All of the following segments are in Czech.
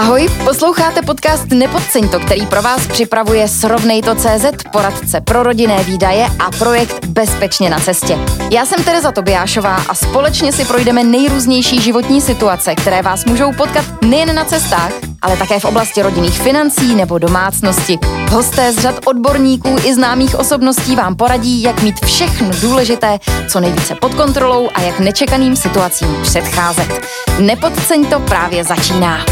Ahoj, posloucháte podcast Nepodceň to, který pro vás připravuje Srovnej.cz, poradce pro rodinné výdaje a projekt Bezpečně na cestě. Já jsem Tereza Tobiášová a společně si projdeme nejrůznější životní situace, které vás můžou potkat nejen na cestách, ale také v oblasti rodinných financí nebo domácnosti. Hosté z řad odborníků i známých osobností vám poradí, jak mít všechno důležité co nejvíce pod kontrolou a jak nečekaným situacím předcházet. Nepodceň to právě začíná.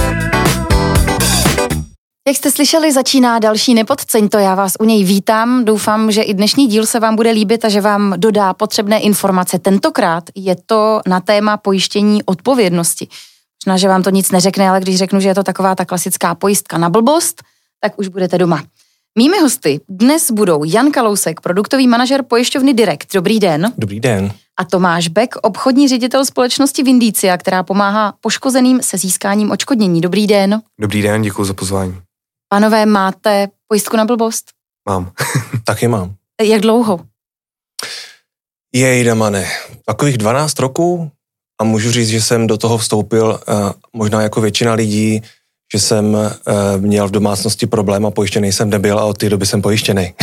Jak jste slyšeli, začíná další Nepodceň to, já vás u něj vítám, doufám, že i dnešní díl se vám bude líbit a že vám dodá potřebné informace. Tentokrát je to na téma pojištění odpovědnosti. Možná, že vám to nic neřekne, ale když řeknu, že je to taková ta klasická pojistka na blbost, tak už budete doma. Mými hosty dnes budou Jan Kalousek, produktový manažer pojišťovny Direkt. Dobrý den. Dobrý den. A Tomáš Bek, obchodní ředitel společnosti Vindicia, která pomáhá poškozeným se získáním odškodnění. Dobrý den. Dobrý den, děkuji za pozvání. Pánové, máte pojistku na blbost? Mám. Taky mám. Jak dlouho? Jejdamane, takových 12 roků a můžu říct, že jsem do toho vstoupil možná jako většina lidí, že jsem měl v domácnosti problém a pojištěný jsem nebyl a od té doby jsem pojištěný.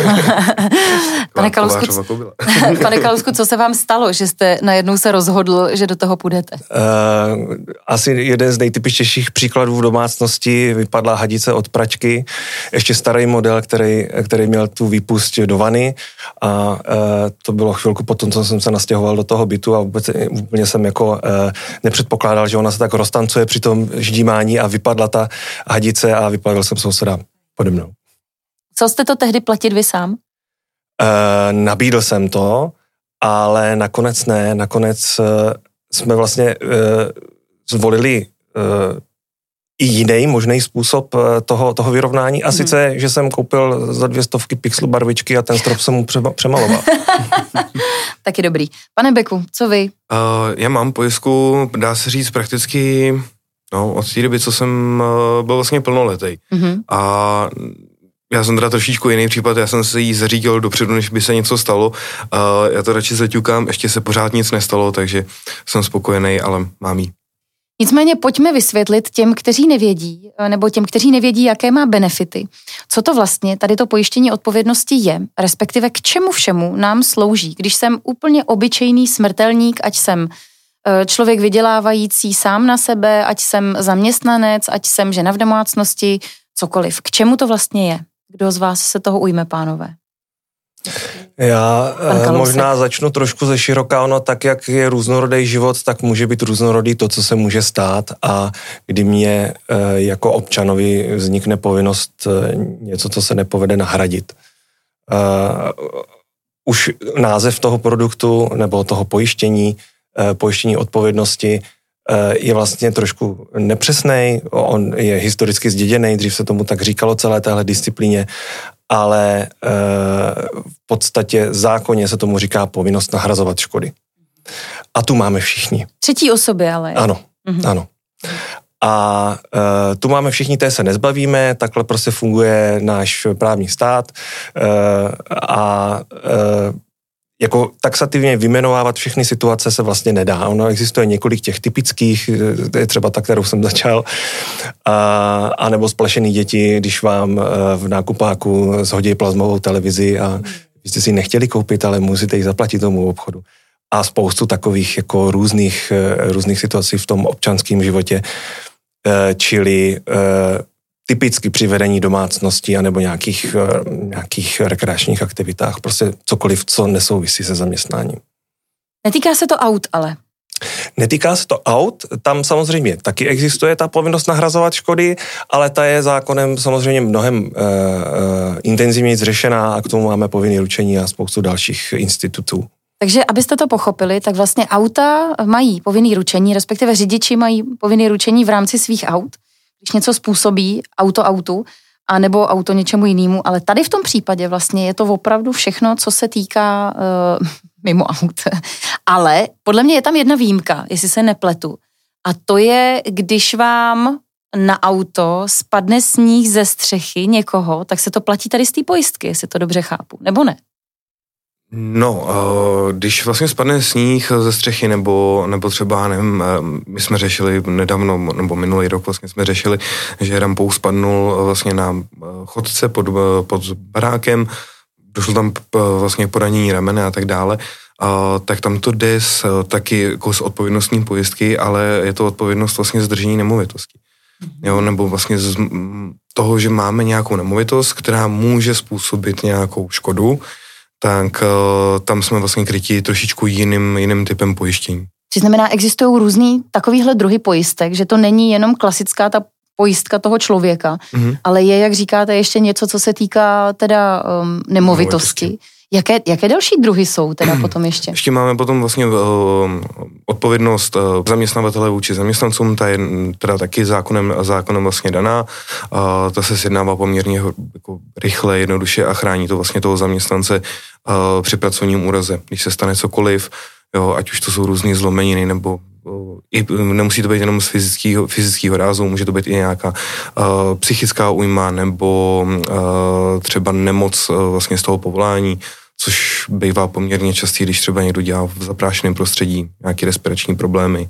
Pane Kalousku, co se vám stalo, že jste najednou se rozhodl, že do toho půjdete? Asi jeden z nejtypičtějších příkladů v domácnosti vypadla hadice od pračky, ještě starý model, který měl tu výpust do vany a to bylo chvilku potom, co jsem se nastěhoval do toho bytu a úplně jsem jako nepředpokládal, že ona se tak roztancuje při tom ždímání a vypadla ta hadice a vyplavil jsem souseda pode mnou. Co jste to tehdy platit vy sám? Nabídl jsem to, ale nakonec ne. Nakonec jsme vlastně zvolili i jiný možný způsob toho vyrovnání. A sice, že jsem koupil za 200 pixelu barvičky a ten strop jsem mu přemaloval. Taky dobrý. Pane Beku, co vy? Já mám pojistku, dá se říct prakticky od té doby, co jsem byl vlastně plnoletý. A já jsem teda trošičku jiný případ, já jsem se jí zařídil dopředu, než by se něco stalo. Já to radši zaťukám, ještě se pořád nic nestalo, takže jsem spokojený, ale mám jí. Nicméně pojďme vysvětlit těm, kteří nevědí, nebo těm, kteří nevědí, jaké má benefity. Co to vlastně tady to pojištění odpovědnosti je, respektive k čemu všemu nám slouží, když jsem úplně obyčejný smrtelník, ať jsem člověk vydělávající sám na sebe, ať jsem zaměstnanec, ať jsem žena v domácnosti, cokoliv. K čemu to vlastně je? Kdo z vás se toho ujme, pánové? Já možná začnu trošku ze široka, ono tak, jak je různorodý život, tak může být různorodý to, co se může stát a kdy mě jako občanovi vznikne povinnost něco, co se nepovede nahradit. Už název toho produktu nebo toho pojištění odpovědnosti je vlastně trošku nepřesnej, on je historicky zděděný, dřív se tomu tak říkalo celé téhle disciplíně, ale v podstatě zákonně se tomu říká povinnost nahrazovat škody. A tu máme všichni. Třetí osoby ale. Ano, ano. A tu máme všichni, té se nezbavíme, takhle prostě funguje náš právní stát jako taxativně vyjmenovávat všechny situace se vlastně nedá. Ono existuje několik těch typických, to je třeba ta, kterou jsem začal, a nebo splašený děti, když vám v nákupáku shodí plazmovou televizi a vy jste si nechtěli koupit, ale musíte ji zaplatit tomu obchodu. A spoustu takových jako různých situací v tom občanském životě, čili typicky při vedení domácností anebo nějakých rekreačních aktivitách, prostě cokoliv, co nesouvisí se zaměstnáním. Netýká se to aut, ale? Netýká se to aut, tam samozřejmě taky existuje ta povinnost nahrazovat škody, ale ta je zákonem samozřejmě mnohem intenzivněji řešená a k tomu máme povinné ručení a spoustu dalších institutů. Takže abyste to pochopili, tak vlastně auta mají povinné ručení, respektive řidiči mají povinné ručení v rámci svých aut, když něco způsobí autu, a nebo auto něčemu jinému, ale tady v tom případě vlastně je to opravdu všechno, co se týká mimo aut. Ale podle mě je tam jedna výjimka, jestli se nepletu. A to je, když vám na auto spadne sníh ze střechy někoho, tak se to platí tady z té pojistky, jestli to dobře chápu, nebo ne? No, když vlastně spadne sníh ze střechy, nebo třeba, nevím, my jsme řešili nedávno, nebo minulý rok vlastně jsme řešili, že rampou spadnul vlastně na chodce pod barákem, došlo tam vlastně poranění ramene a tak dále, tak tam to jde taky jako s odpovědnostní pojistky, ale je to odpovědnost vlastně zdržení nemovitosti. Jo, nebo vlastně z toho, že máme nějakou nemovitost, která může způsobit nějakou škodu, tak tam jsme vlastně kryti trošičku jiným typem pojištění. To znamená, existují různý takovýhle druhy pojistek, že to není jenom klasická ta pojistka toho člověka, ale je, jak říkáte, ještě něco, co se týká teda nemovitosti. Jaké další druhy jsou teda potom ještě? Ještě máme potom vlastně odpovědnost zaměstnavatele vůči zaměstnancům, ta je teda taky zákonem vlastně daná. Ta se sjednává poměrně jako rychle, jednoduše a chrání to vlastně toho zaměstnance při pracovním úraze. Když se stane cokoliv, jo, ať už to jsou různý zlomeniny, nebo nemusí to být jenom z fyzického rázu, může to být i nějaká psychická újma, nebo třeba nemoc vlastně z toho povolání, což bývá poměrně častý, když třeba někdo dělá v zaprášeném prostředí, nějaké respirační problémy,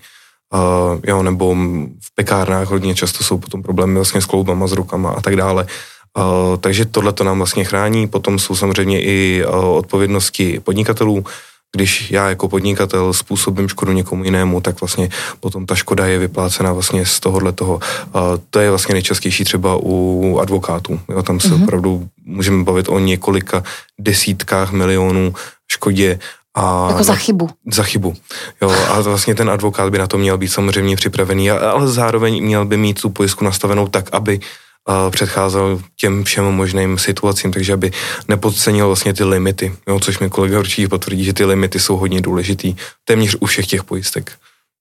jo, nebo v pekárnách hodně často jsou potom problémy vlastně s kloubama, s rukama a tak dále. Takže tohle to nám vlastně chrání. Potom jsou samozřejmě i odpovědnosti podnikatelů. Když já jako podnikatel způsobím škodu někomu jinému, tak vlastně potom ta škoda je vyplácena vlastně z tohohletoho. To je vlastně nejčastější třeba u advokátů. Jo, tam se opravdu můžeme bavit o několika desítkách milionů škodě. Jako za chybu. Za chybu. Jo, a vlastně ten advokát by na to měl být samozřejmě připravený, ale zároveň měl by mít tu pojistku nastavenou tak, aby předcházel těm všem možným situacím, takže aby nepodcenil vlastně ty limity, jo, což mi kolega určitě potvrdí, že ty limity jsou hodně důležitý, téměř u všech těch pojistek.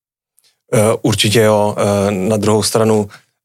Určitě jo, na druhou stranu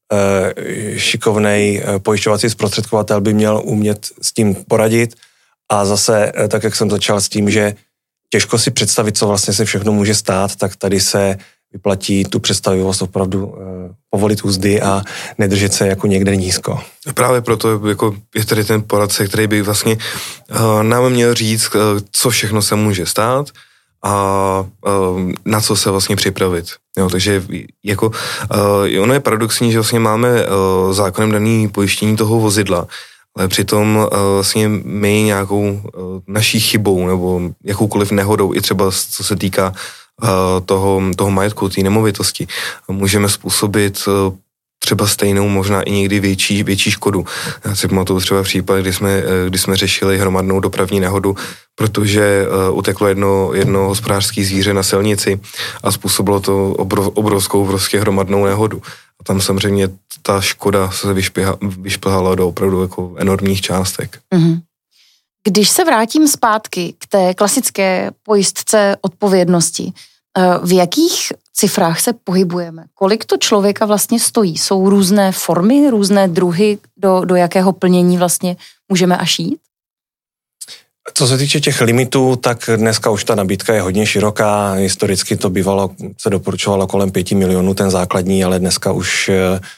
šikovnej pojišťovací zprostředkovatel by měl umět s tím poradit a zase, tak jak jsem začal s tím, že těžko si představit, co vlastně se všechno může stát, tak tady se vyplatí tu představivost opravdu povolit úzdy a nedržet se jako někde nízko. Právě proto jako je tady ten poradce, který by vlastně nám měl říct, co všechno se může stát a na co se vlastně připravit. Jo, takže jako ono je paradoxní, že vlastně máme zákonem daný pojištění toho vozidla, ale přitom vlastně my nějakou naší chybou nebo jakoukoliv nehodou, i třeba co se týká toho majetku, té nemovitosti, můžeme způsobit třeba stejnou, možná i někdy větší škodu. Já si pamatuju třeba případ, kdy jsme řešili hromadnou dopravní nehodu, protože uteklo jedno hospodářské zvíře na silnici a způsobilo to obrovskou prostě hromadnou nehodu. A tam samozřejmě ta škoda se vyšplhala do opravdu jako enormních částek. Mm-hmm. Když se vrátím zpátky k té klasické pojistce odpovědnosti, v jakých cifrách se pohybujeme? Kolik to člověka vlastně stojí? Jsou různé formy, různé druhy, do jakého plnění vlastně můžeme až jít? Co se týče těch limitů, tak dneska už ta nabídka je hodně široká. Historicky to bývalo, se doporučovalo kolem 5 milionů ten základní, ale dneska už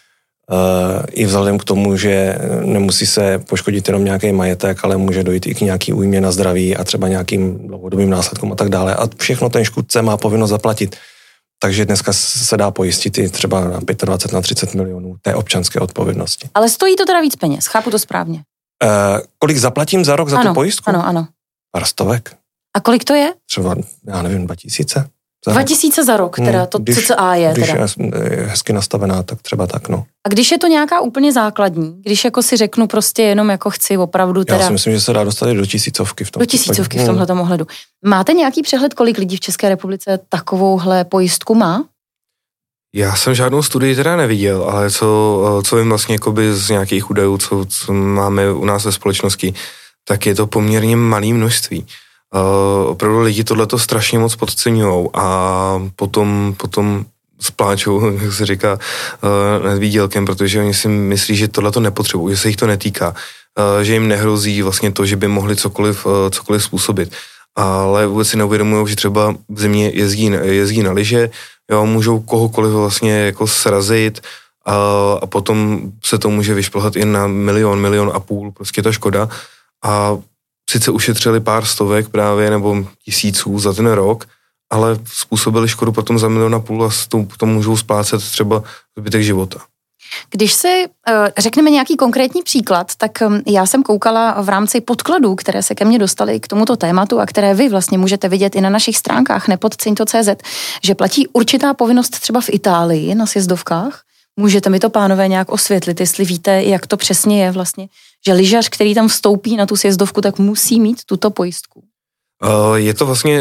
i vzhledem k tomu, že nemusí se poškodit jenom nějaký majetek, ale může dojít i k nějaký újmě na zdraví a třeba nějakým dlouhodobým následkům a tak dále. A všechno ten škůdce má povinnost zaplatit. Takže dneska se dá pojistit i třeba na 25, na 30 milionů té občanské odpovědnosti. Ale stojí to teda víc peněz, chápu to správně. Kolik zaplatím za rok za tu pojistku? Ano. Pár stovek. A kolik to je? Třeba, já nevím, 2000. 2000 za rok, teda to CCA je. Když teda. je hezky nastavená, tak třeba tak, no. A když je to nějaká úplně základní, když jako si řeknu prostě jenom jako chci opravdu teda... Já si myslím, že se dá dostat do 1000 v tom. Do 1000 v tomhletom ohledu. Máte nějaký přehled, kolik lidí v České republice takovouhle pojistku má? Já jsem žádnou studii teda neviděl, ale co vím vlastně jakoby z nějakých údajů, co máme u nás ve společnosti, tak je to poměrně malé množství. Opravdu lidi tohleto strašně moc podceňujou a potom spláčou, jak se říká, nad výdělkem, protože oni si myslí, že tohleto nepotřebují, že se jich to netýká, že jim nehrozí vlastně to, že by mohli cokoliv způsobit. Ale vůbec si neuvědomují, že třeba v zimě jezdí na lyže, jo, můžou kohokoliv vlastně jako srazit a potom se to může vyšplhat i na milion a půl, prostě ta škoda. A sice ušetřili pár stovek právě nebo tisíců za ten rok, ale způsobili škodu potom za 1,5 milionu a to můžou splácet třeba zbytek života. Když si řekneme nějaký konkrétní příklad, tak já jsem koukala v rámci podkladů, které se ke mně dostaly k tomuto tématu a které vy vlastně můžete vidět i na našich stránkách nepodceň.cz, že platí určitá povinnost třeba v Itálii na sjezdovkách. Můžete mi to, pánové, nějak osvětlit, jestli víte, jak to přesně je vlastně, že lyžař, který tam vstoupí na tu sjezdovku, tak musí mít tuto pojistku. Je to vlastně,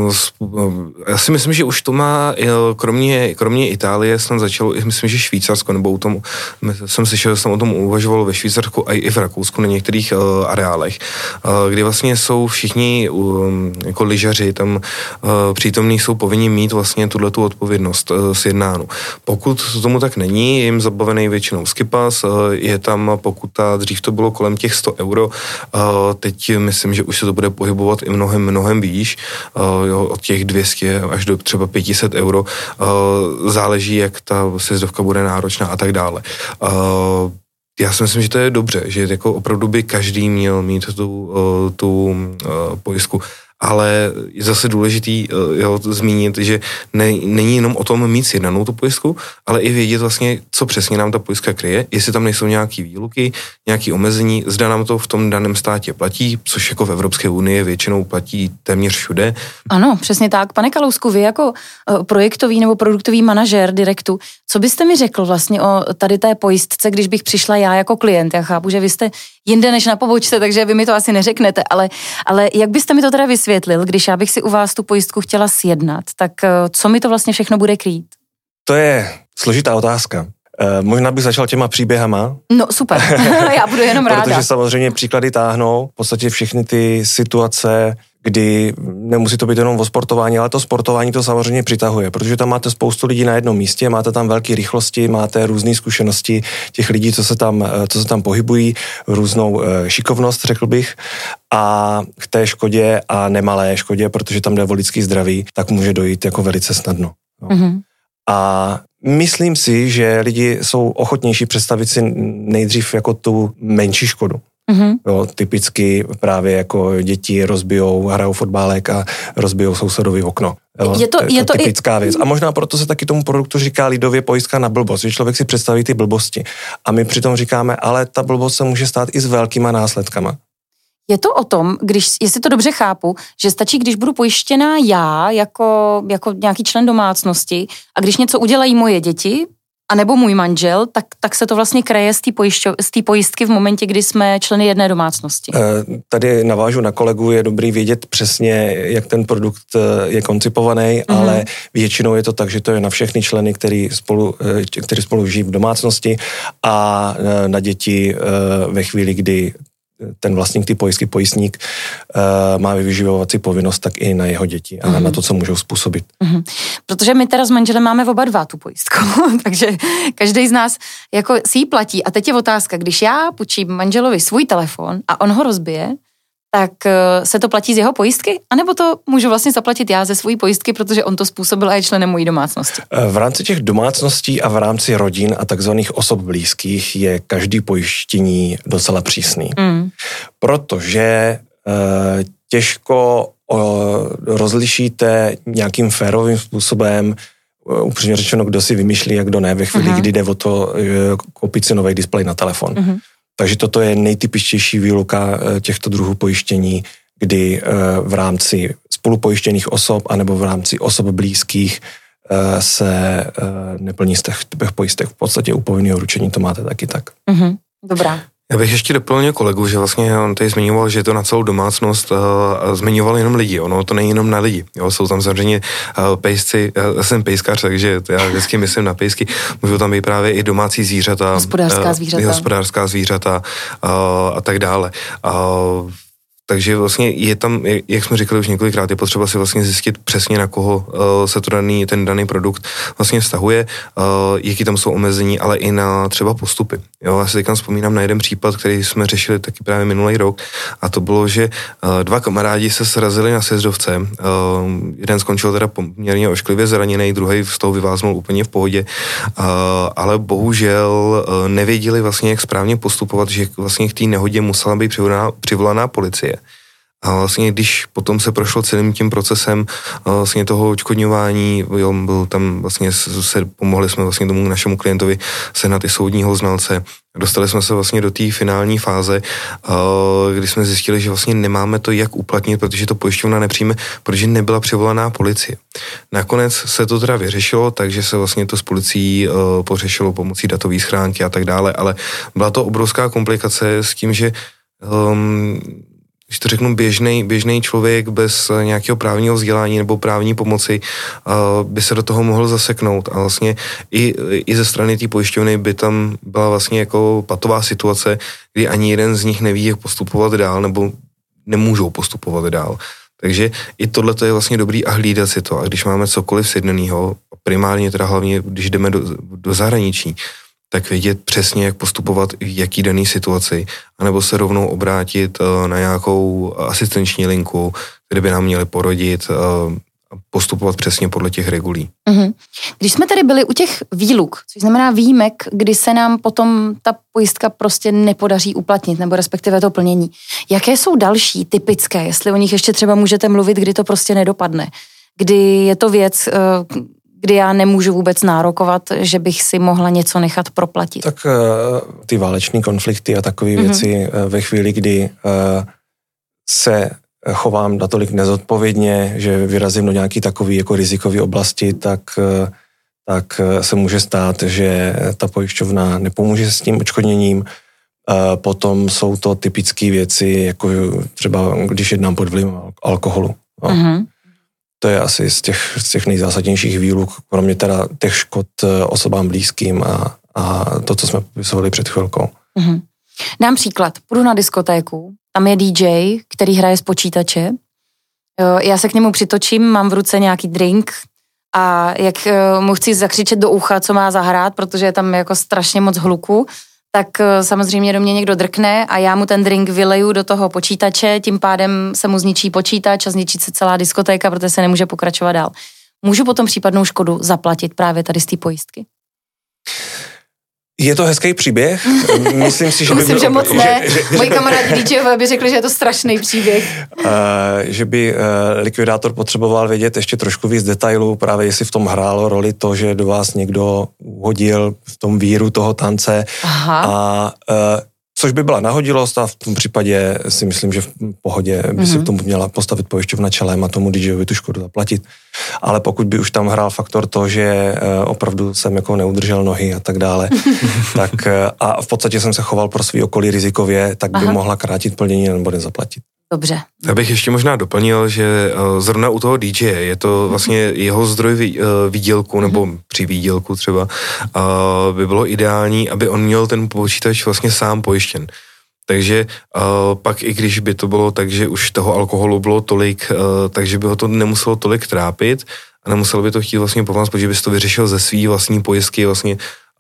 já si myslím, že už to má, kromě Itálie, snad začalo, myslím, že Švýcarsko, nebo jsem slyšel, že jsem o tom uvažoval ve Švýcarsku a i v Rakousku na některých areálech, kdy vlastně jsou všichni jako lyžaři tam přítomní, jsou povinni mít vlastně tuhletu odpovědnost sjednánu. Pokud tomu tak není, je jim zabavený většinou skipas, je tam pokuta, dřív to bylo kolem těch 100 euro, teď myslím, že už se to bude pohybovat i mnohem výš, od těch 200 až do třeba 500 euro, záleží, jak ta sjezdovka bude náročná a tak dále. Já si myslím, že to je dobře, že jako opravdu by každý měl mít tu pojistku. Ale je zase důležitý zmínit, že není jenom o tom mít sjednanou tu pojistku, ale i vědět vlastně, co přesně nám ta pojistka kryje, jestli tam nejsou nějaký výluky, nějaké omezení, zda nám to v tom daném státě platí, což jako v Evropské unii většinou platí téměř všude. Ano, přesně tak. Pane Kalousku, vy jako projektový nebo produktový manažér Direktu, co byste mi řekl vlastně o tady té pojistce, když bych přišla já jako klient? Já chápu, že vy jste jinde než na pobočce, takže vy mi to asi neřeknete, ale jak byste mi to teda vysvětlil, když já bych si u vás tu pojistku chtěla sjednat, tak co mi to vlastně všechno bude krýt? To je složitá otázka. Možná bych začal těma příběhama. No super, já budu jenom ráda. Protože samozřejmě příklady táhnou v podstatě všechny ty situace, kdy nemusí to být jenom o sportování, ale to sportování to samozřejmě přitahuje, protože tam máte spoustu lidí na jednom místě, máte tam velké rychlosti, máte různé zkušenosti těch lidí, co se tam pohybují, různou šikovnost, řekl bych, a k té škodě a nemalé škodě, protože tam jde o lidský zdraví, tak může dojít jako velice snadno. No. Mm-hmm. A myslím si, že lidi jsou ochotnější představit si nejdřív jako tu menší škodu. Mm-hmm. Jo, typicky právě jako děti hrajou fotbálek a rozbijou sousedovi okno. Jo, je to typická věc. A možná proto se taky tomu produktu říká lidově pojistka na blbost, že člověk si představí ty blbosti. A my přitom říkáme, ale ta blbost se může stát i s velkýma následkama. Je to o tom, jestli to dobře chápu, že stačí, když budu pojištěná já jako nějaký člen domácnosti a když něco udělají moje děti, anebo můj manžel, tak se to vlastně kreje z té pojistky v momentě, kdy jsme členy jedné domácnosti. Tady navážu na kolegu, je dobrý vědět přesně, jak ten produkt je koncipovaný, ale většinou je to tak, že to je na všechny členy, kteří spolu žijí v domácnosti a na děti ve chvíli, kdy ten vlastník ty pojistky, pojistník, má vyživovací povinnost, tak i na jeho děti a na to, co můžou způsobit. Protože my teda s manželem máme oba dva tu pojistku, takže každý z nás jako si ji platí. A teď je otázka, když já půjčím manželovi svůj telefon a on ho rozbije, tak se to platí z jeho pojistky? A nebo to můžu vlastně zaplatit já ze svojí pojistky, protože on to způsobil a je členem mojí domácnosti? V rámci těch domácností a v rámci rodin a takzvaných osob blízkých je každý pojištění docela přísný. Protože těžko rozlišíte nějakým férovým způsobem, upřímně řečeno, kdo si vymýšlí a kdo ne, ve chvíli, kdy jde o to koupit si nový displej na telefon. Takže toto je nejtypičtější výluka těchto druhů pojištění, kdy v rámci spolupojištěných osob anebo v rámci osob blízkých se neplní z těch pojistek. V podstatě u povinného ručení to máte taky tak. Dobrá. Já bych ještě doplnil kolegu, že vlastně on tady zmiňoval, že je to na celou domácnost a zmiňoval jenom lidi. Ono to není jenom na lidi. Jo, jsou tam samozřejmě pejsci, já jsem pejskař, takže já vždycky myslím na pejsky. Můžou tam být právě i domácí zvířata. Hospodářská zvířata a tak dále. Takže vlastně je tam, jak jsme říkali už několikrát, je potřeba si vlastně zjistit přesně, na koho se ten daný produkt vlastně vztahuje, jaký tam jsou omezení, ale i na třeba postupy. Jo, já si teďka vzpomínám na jeden případ, který jsme řešili taky právě minulý rok, a to bylo, že dva kamarádi se srazili na sjezdovce. Jeden skončil teda poměrně ošklivě zraněný, druhý z toho vyváznul úplně v pohodě, ale bohužel nevěděli vlastně, jak správně postupovat, že vlastně k té nehodě musela být přivolaná policie. A vlastně když potom se prošlo celým tím procesem vlastně toho odškodňování, byl tam vlastně pomohli jsme vlastně tomu našemu klientovi sehnat i soudního znalce. Dostali jsme se vlastně do té finální fáze, kdy jsme zjistili, že vlastně nemáme to jak uplatnit, protože to pojišťovna nepřijme, protože nebyla přivolaná policie. Nakonec se to teda vyřešilo, takže se vlastně to s policií pořešilo pomocí datové schránky a tak dále, ale byla to obrovská komplikace s tím, že když to řeknu, běžný člověk bez nějakého právního vzdělání nebo právní pomoci by se do toho mohl zaseknout. A vlastně i ze strany té pojišťovny by tam byla vlastně jako patová situace, kdy ani jeden z nich neví, jak postupovat dál, nebo nemůžou postupovat dál. Takže i tohle je vlastně dobrý a hlídat si to. A když máme cokoliv sjednanýho, primárně teda hlavně, když jdeme do zahraničí, tak vědět přesně, jak postupovat v jaký daný situaci, anebo se rovnou obrátit na nějakou asistenční linku, kde by nám měli poradit a postupovat přesně podle těch regulí. Mm-hmm. Když jsme tady byli u těch výluk, což znamená výjimek, kdy se nám potom ta pojistka prostě nepodaří uplatnit, nebo respektive to plnění. Jaké jsou další typické, jestli o nich ještě třeba můžete mluvit, kdy to prostě nedopadne? Kdy je to věc, kdy já nemůžu vůbec nárokovat, že bych si mohla něco nechat proplatit? Tak ty váleční konflikty a takové věci ve chvíli, kdy se chovám natolik nezodpovědně, že vyrazím do nějaký takový jako rizikový oblasti, tak se může stát, že ta pojišťovna nepomůže s tím odškodněním. Potom jsou to typické věci, jako třeba když jednám pod vlivem alkoholu. No. To je asi z těch nejzásadnějších výluk, kromě teda těch škod osobám blízkým a to, co jsme popisovali před chvilkou. Dám příklad. Půjdu na diskotéku, tam je DJ, který hraje z počítače. Já se k němu přitočím, mám v ruce nějaký drink a jak mu chci zakřičet do ucha, co má zahrát, protože je tam jako strašně moc hluku, tak samozřejmě do mě někdo drkne a já mu ten drink vyleju do toho počítače, tím pádem se mu zničí počítač a zničí se celá diskotéka, protože se nemůže pokračovat dál. Můžu potom případnou škodu zaplatit právě tady z té pojistky? Je to hezký příběh. Myslím si, že Myslím, že moc ne. Moji kamarádi DJové by řekli, že je to strašný příběh. Že by likvidátor potřeboval vědět ještě trošku víc detailů, právě jestli v tom hrálo roli to, že do vás někdo uhodil v tom víru toho tance. Aha. A což by byla nahodilost a v tom případě si myslím, že v pohodě by si k tomu měla postavit pojišťovna čelem a tomu DJovi tu škodu zaplatit. Ale pokud by už tam hrál faktor to, že opravdu jsem jako neudržel nohy a tak dále, tak a v podstatě jsem se choval pro svý okolí rizikově, tak by mohla krátit plnění nebo nezaplatit. Dobře. Já bych ještě možná doplnil, že zrovna u toho DJ je to vlastně jeho zdroj výdělku, nebo při výdělku třeba, by bylo ideální, aby on měl ten počítač vlastně sám pojištěn. Takže pak i když by to bylo tak, že už toho alkoholu bylo tolik, takže by ho to nemuselo tolik trápit a nemuselo by to chtít vlastně po vás, protože by to vyřešil ze svý vlastní pojistky vlastně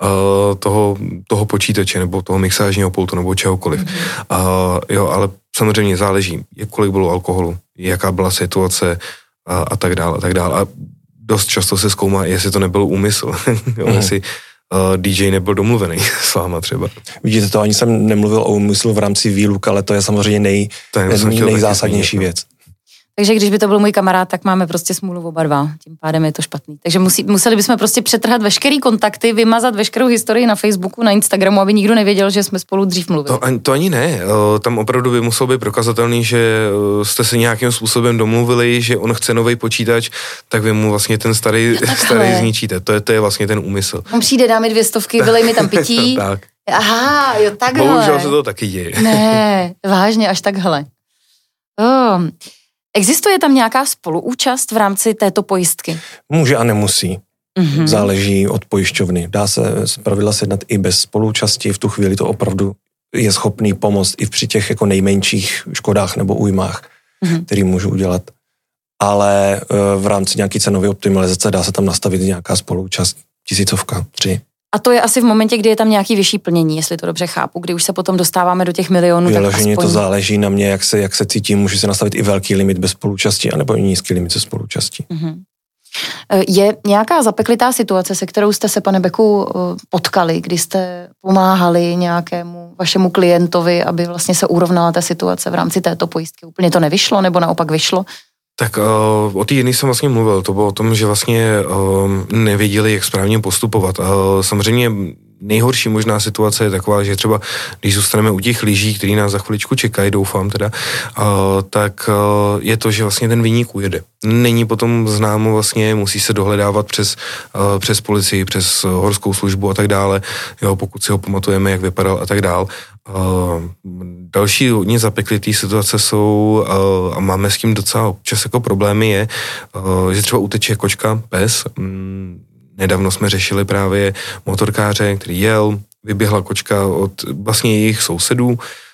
toho počítače nebo toho mixážního pultu nebo čehokoliv. Jo, ale samozřejmě záleží, kolik bylo alkoholu, jaká byla situace a tak dále, a tak dále. A dost často se zkoumá, jestli to nebyl úmysl, jestli DJ nebyl domluvený s váma třeba. Vidíte to, ani jsem nemluvil o úmyslu v rámci výluk, ale to je samozřejmě nejzásadnější věc. Takže když by to byl můj kamarád, tak máme prostě smůlu oba dva. Tím pádem je to špatný. Takže museli bychom prostě přetrhat veškerý kontakty, vymazat veškerou historii na Facebooku, na Instagramu, aby nikdo nevěděl, že jsme spolu dřív mluvili. To ani ne. Tam opravdu by muselo být prokazatelný, že jste se nějakým způsobem domluvili, že on chce nový počítač, tak vy mu vlastně ten starý zničíte. To je vlastně ten úmysl. On přijde, dá mi 2 stovky, vylej mi tam pití. Tak. Aha, jo, takhle. Bohužel se to taky děje. Ne, vážně, až takhle. Existuje tam nějaká spoluúčast v rámci této pojistky? Může a nemusí. Záleží od pojišťovny. Dá se zpravidla sjednat i bez spoluúčasti. V tu chvíli to opravdu je schopný pomoct i při těch jako nejmenších škodách nebo újmách, který můžu udělat. Ale v rámci nějaký cenové optimalizace dá se tam nastavit nějaká spoluúčast, 1000, 3. A to je asi v momentě, kdy je tam nějaký vyšší plnění, jestli to dobře chápu, kdy už se potom dostáváme do těch milionů. Vyloženě to záleží na mě, jak se cítím, můžu se nastavit i velký limit bez spoluúčasti, anebo i nízký limit se spoluúčastí. Je nějaká zapeklitá situace, se kterou jste se, pane Beku, potkali, kdy jste pomáhali nějakému vašemu klientovi, aby vlastně se urovnala ta situace v rámci této pojistky? Úplně to nevyšlo, nebo naopak vyšlo? Tak o té jedné jsem vlastně mluvil, to bylo o tom, že vlastně nevěděli, jak správně postupovat. Samozřejmě nejhorší možná situace je taková, že třeba když zůstaneme u těch lyží, který nás za chviličku čekají, doufám teda, tak je to, že vlastně ten viník ujede. Není potom známo vlastně, musí se dohledávat přes policii, přes horskou službu a tak dále, jo, pokud si ho pamatujeme, jak vypadal a tak dále. Další hodně zapeklitý situace jsou, a máme s tím docela občas jako problémy, je, že třeba uteče kočka, pes. Nedávno jsme řešili právě motorkáře, který jel, vyběhla kočka od vlastně jejich sousedů.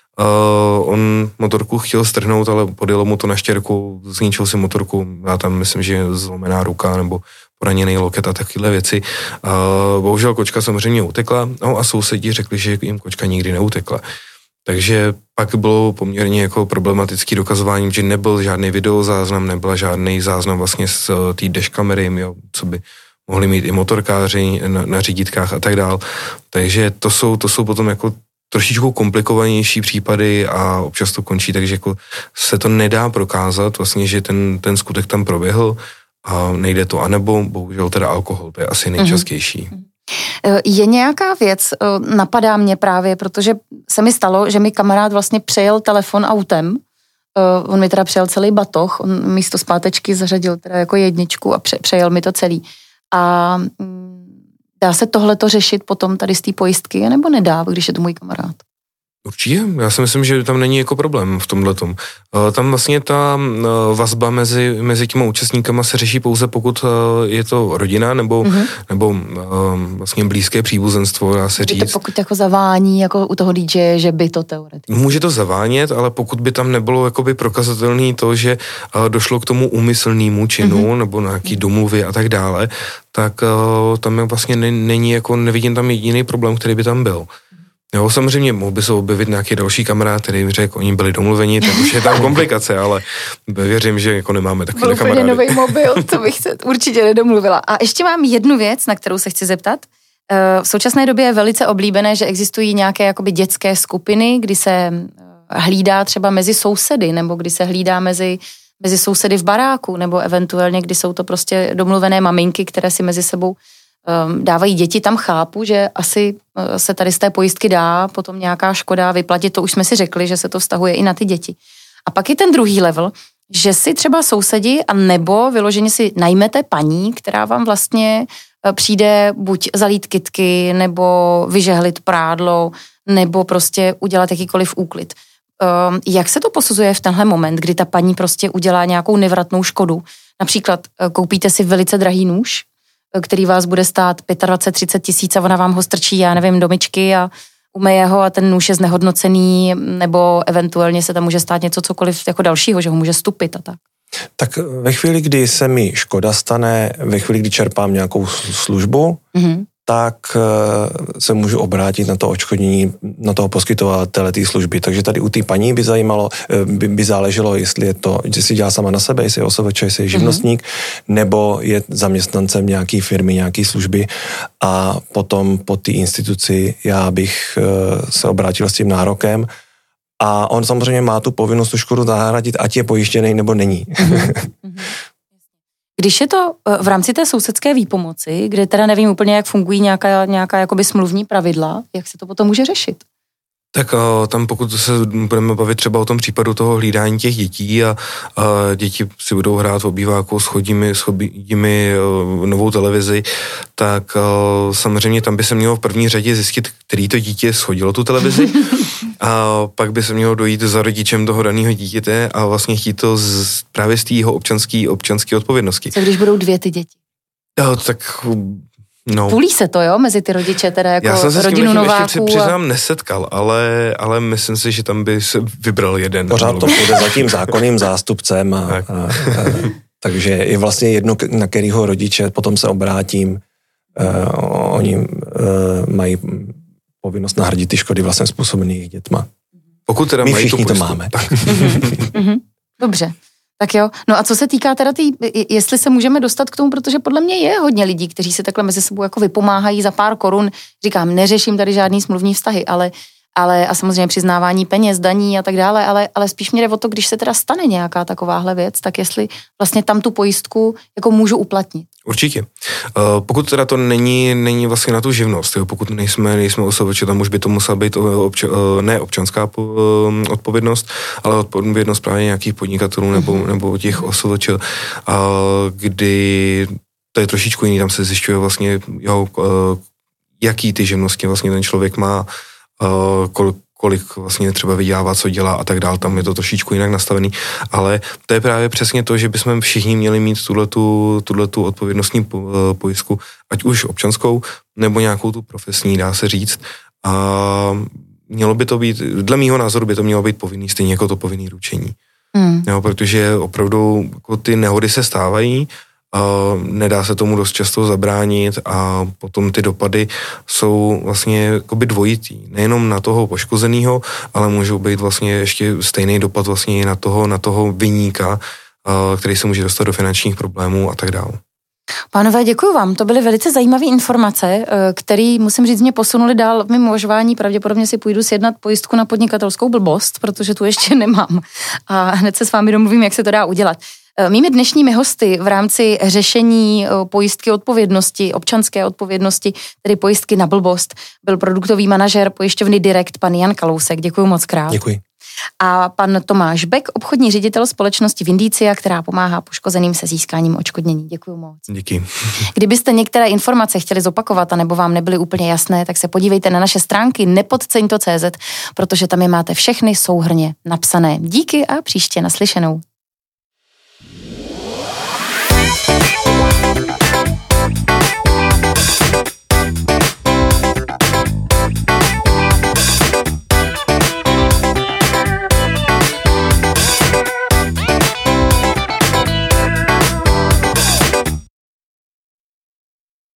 On motorku chtěl strhnout, ale podjelo mu to na štěrku, zničil si motorku, já tam myslím, že je zlomená ruka nebo poraněný loket a takovéhle věci. Bohužel kočka samozřejmě utekla, no a sousedi řekli, že jim kočka nikdy neutekla. Takže pak bylo poměrně jako problematický dokazování, že nebyl žádný videozáznam, nebyl žádný záznam vlastně z té dashkamery, jo, co by mohli mít i motorkáři na řídítkách a tak dál. Takže to jsou potom jako trošičku komplikovanější případy a občas to končí, takže jako se to nedá prokázat vlastně, že ten skutek tam proběhl a nejde to, anebo bohužel teda alkohol, to je asi nejčastější. Je nějaká věc, napadá mě právě, protože se mi stalo, že mi kamarád vlastně přejel telefon autem, on mi teda přejel celý batoh, on místo zpátečky zařadil teda jako jedničku a přejel mi to celý. A dá se tohleto řešit potom tady z té pojistky, nebo nedá, když je to můj kamarád? Určitě, já si myslím, že tam není jako problém v tomhletom. Tam vlastně ta vazba mezi těma účastníkama se řeší pouze, pokud je to rodina nebo vlastně blízké příbuzenstvo, dá se říct. Pokud jako zavání, jako u toho DJ, že by to teoreticky. Může to zavánět, ale pokud by tam nebylo jakoby prokazatelný to, že došlo k tomu úmyslnému činu nebo nějaký domluvy a tak dále, tak tam vlastně není jako, nevidím tam jediný problém, který by tam byl. Jo, samozřejmě mohl by se objevit nějaký další kamarád, který mi řekl, oni byli domluveni, tak už je tam komplikace, ale věřím, že jako nemáme takový kamarády. Byl nový mobil, to bych se určitě nedomluvila. A ještě mám jednu věc, na kterou se chci zeptat. V současné době je velice oblíbené, že existují nějaké jakoby dětské skupiny, kdy se hlídá třeba mezi sousedy, nebo kdy se hlídá mezi sousedy v baráku, nebo eventuálně, kdy jsou to prostě domluvené maminky, které si mezi sebou dávají děti. Tam chápu, že asi se tady z té pojistky dá potom nějaká škoda vyplatit, to už jsme si řekli, že se to vztahuje i na ty děti. A pak je ten druhý level, že si třeba sousedi a nebo vyloženě si najmete paní, která vám vlastně přijde buď zalít kytky, nebo vyžehlit prádlo, nebo prostě udělat jakýkoliv úklid. Jak se to posuzuje v tenhle moment, kdy ta paní prostě udělá nějakou nevratnou škodu? Například koupíte si velice drahý nůž, který vás bude stát 25-30 tisíc a ona vám ho strčí, já nevím, do myčky a umeje ho a ten nůž je znehodnocený, nebo eventuálně se tam může stát něco cokoliv jako dalšího, že ho může stupit a tak. Tak ve chvíli, kdy se mi škoda stane, ve chvíli, kdy čerpám nějakou službu, tak se můžu obrátit na to odškodnění, na toho poskytovatele té služby. Takže tady u té paní by záleželo, jestli si dělá sama na sebe, jestli je OSVČ, jestli je živnostník, nebo je zaměstnancem nějaký firmy, nějaký služby a potom po té instituci já bych se obrátil s tím nárokem a on samozřejmě má tu povinnost tu škodu nahradit, ať je pojištěný nebo není. Když je to v rámci té sousedské výpomoci, kde teda nevím úplně, jak fungují nějaká jakoby smluvní pravidla, jak se to potom může řešit? Tak tam pokud se budeme bavit třeba o tom případu toho hlídání těch dětí a děti si budou hrát v obýváku, schodíme novou televizi, tak samozřejmě tam by se mělo v první řadě zjistit, který to dítě shodilo tu televizi a pak by se mělo dojít za rodičem toho daného dítěte a vlastně chtít to právě z té jeho občanské odpovědnosti. Co když budou dvě ty děti? Tak... No. Půlí se to, jo, mezi ty rodiče, teda jako rodinu nováků? Já jsem se s tím ještě se přiznám nesetkal, ale myslím si, že tam by se vybral jeden. Pořád to bude za tím zákonným zástupcem takže je vlastně jedno, na kterého rodiče potom se obrátím. Oni mají povinnost nahradit ty škody vlastně způsobených dětma. Pokud teda my mají všichni to máme. Dobře. Tak jo, no a co se týká teda jestli se můžeme dostat k tomu, protože podle mě je hodně lidí, kteří se takhle mezi sebou jako vypomáhají za pár korun, říkám, neřeším tady žádný smluvní vztahy, ale a samozřejmě přiznávání peněz, daní a tak dále, ale spíš mě jde o to, když se teda stane nějaká takováhle věc, tak jestli vlastně tam tu pojistku jako můžu uplatnit. Určitě. Pokud teda to není vlastně na tu živnost, jo, pokud nejsme OSVČ, tam už by to musela být ne občanská odpovědnost, ale odpovědnost právě nějakých podnikatelů nebo těch OSVČ, kdy to je trošičku jiný, tam se zjišťuje vlastně, jaký ty živnosti vlastně ten člověk má, kolik vlastně třeba vydělává, co dělá a tak dál, tam je to trošičku jinak nastavený, ale to je právě přesně to, že bychom všichni měli mít tuhletu odpovědnostní pojistku, ať už občanskou, nebo nějakou tu profesní, dá se říct. A mělo by to být, dle mýho názoru by to mělo být povinný, stejně jako to povinný ručení. Jo, protože opravdu jako ty nehody se stávají, nedá se tomu dost často zabránit a potom ty dopady jsou vlastně jakoby dvojitý. Nejenom na toho poškozeného, ale můžou být vlastně ještě stejný dopad vlastně i na toho viníka, který se může dostat do finančních problémů a tak dále. Pánové, děkuji vám. To byly velice zajímavé informace, které, musím říct, mě posunuli dál v mém uvažování. Pravděpodobně si půjdu sjednat pojistku na podnikatelskou blbost, protože tu ještě nemám. A hned se s vámi domluvím, jak se to dá udělat. Mými dnešními hosty v rámci řešení pojistky odpovědnosti, občanské odpovědnosti, tedy pojistky na blbost, byl produktový manažer pojišťovny Direkt, pan Jan Kalousek. Děkuji moc krát. Děkuji. A pan Tomáš Bek, obchodní ředitel společnosti Vindicia, která pomáhá poškozeným se získáním odškodnění. Děkuji moc. Díky. Kdybyste některé informace chtěli zopakovat a nebo vám nebyly úplně jasné, tak se podívejte na naše stránky nepodceň.cz, protože tam je máte všechny souhrnně napsané. Díky a příště naslyšenou.